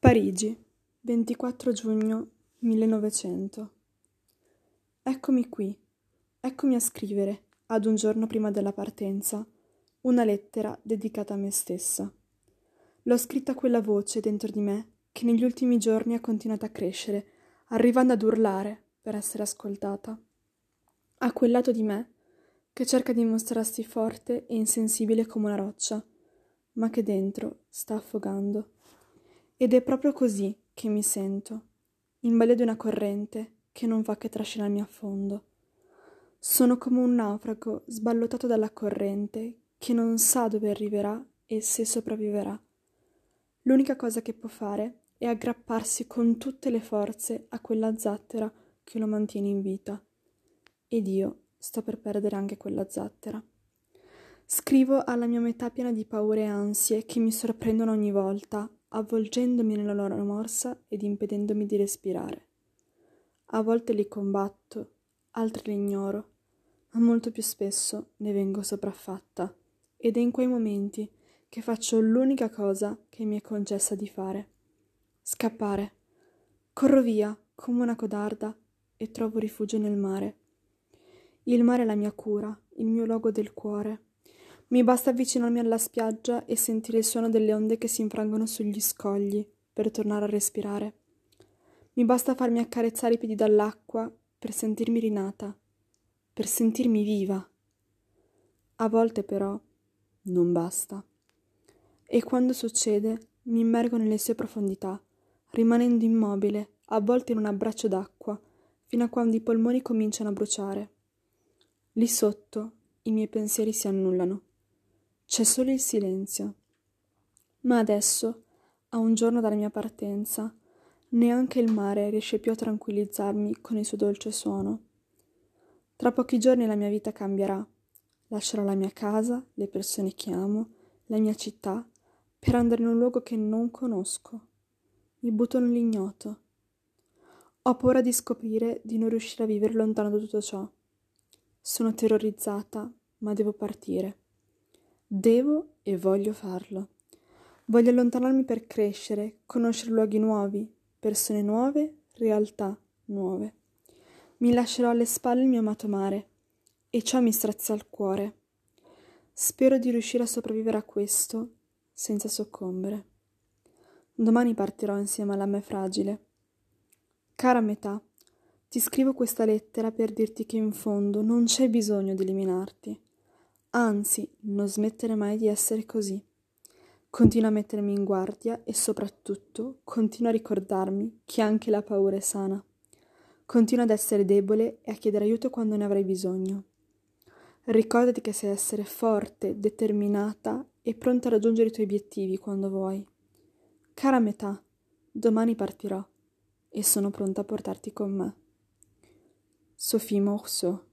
Parigi, 24 giugno 1900. Eccomi qui, eccomi a scrivere, ad un giorno prima della partenza, una lettera dedicata a me stessa. L'ho scritta a quella voce dentro di me che negli ultimi giorni ha continuato a crescere, arrivando ad urlare per essere ascoltata. A quel lato di me che cerca di mostrarsi forte e insensibile come una roccia, ma che dentro sta affogando. Ed è proprio così che mi sento, in balia di una corrente che non fa che trascinarmi a fondo. Sono come un naufrago sballottato dalla corrente che non sa dove arriverà e se sopravviverà. L'unica cosa che può fare è aggrapparsi con tutte le forze a quella zattera che lo mantiene in vita. Ed io sto per perdere anche quella zattera. Scrivo alla mia metà piena di paure e ansie che mi sorprendono ogni volta, avvolgendomi nella loro morsa ed impedendomi di respirare. A volte li combatto, altre li ignoro, ma molto più spesso ne vengo sopraffatta, ed è in quei momenti che faccio l'unica cosa che mi è concessa di fare: scappare. Corro via come una codarda e trovo rifugio nel mare. Il mare è la mia cura, il mio luogo del cuore. Mi basta avvicinarmi alla spiaggia e sentire il suono delle onde che si infrangono sugli scogli per tornare a respirare. Mi basta farmi accarezzare i piedi dall'acqua per sentirmi rinata, per sentirmi viva. A volte però non basta. E quando succede mi immergo nelle sue profondità, rimanendo immobile, avvolta in un abbraccio d'acqua, fino a quando i polmoni cominciano a bruciare. Lì sotto i miei pensieri si annullano. C'è solo il silenzio. Ma adesso, a un giorno dalla mia partenza, neanche il mare riesce più a tranquillizzarmi con il suo dolce suono. Tra pochi giorni la mia vita cambierà. Lascerò la mia casa, le persone che amo, la mia città, per andare in un luogo che non conosco. Mi butto nell'ignoto. Ho paura di scoprire di non riuscire a vivere lontano da tutto ciò. Sono terrorizzata, ma devo partire. Devo e voglio farlo. Voglio allontanarmi per crescere, conoscere luoghi nuovi, persone nuove, realtà nuove. Mi lascerò alle spalle il mio amato mare, e ciò mi strazia il cuore. Spero di riuscire a sopravvivere a questo senza soccombere. Domani partirò insieme alla me fragile. Cara metà, ti scrivo questa lettera per dirti che in fondo non c'è bisogno di eliminarti. Anzi, non smettere mai di essere così. Continua a mettermi in guardia e soprattutto continua a ricordarmi che anche la paura è sana. Continua ad essere debole e a chiedere aiuto quando ne avrai bisogno. Ricordati che sai essere forte, determinata e pronta a raggiungere i tuoi obiettivi quando vuoi. Cara metà, domani partirò e sono pronta a portarti con me. Sophie Morceau.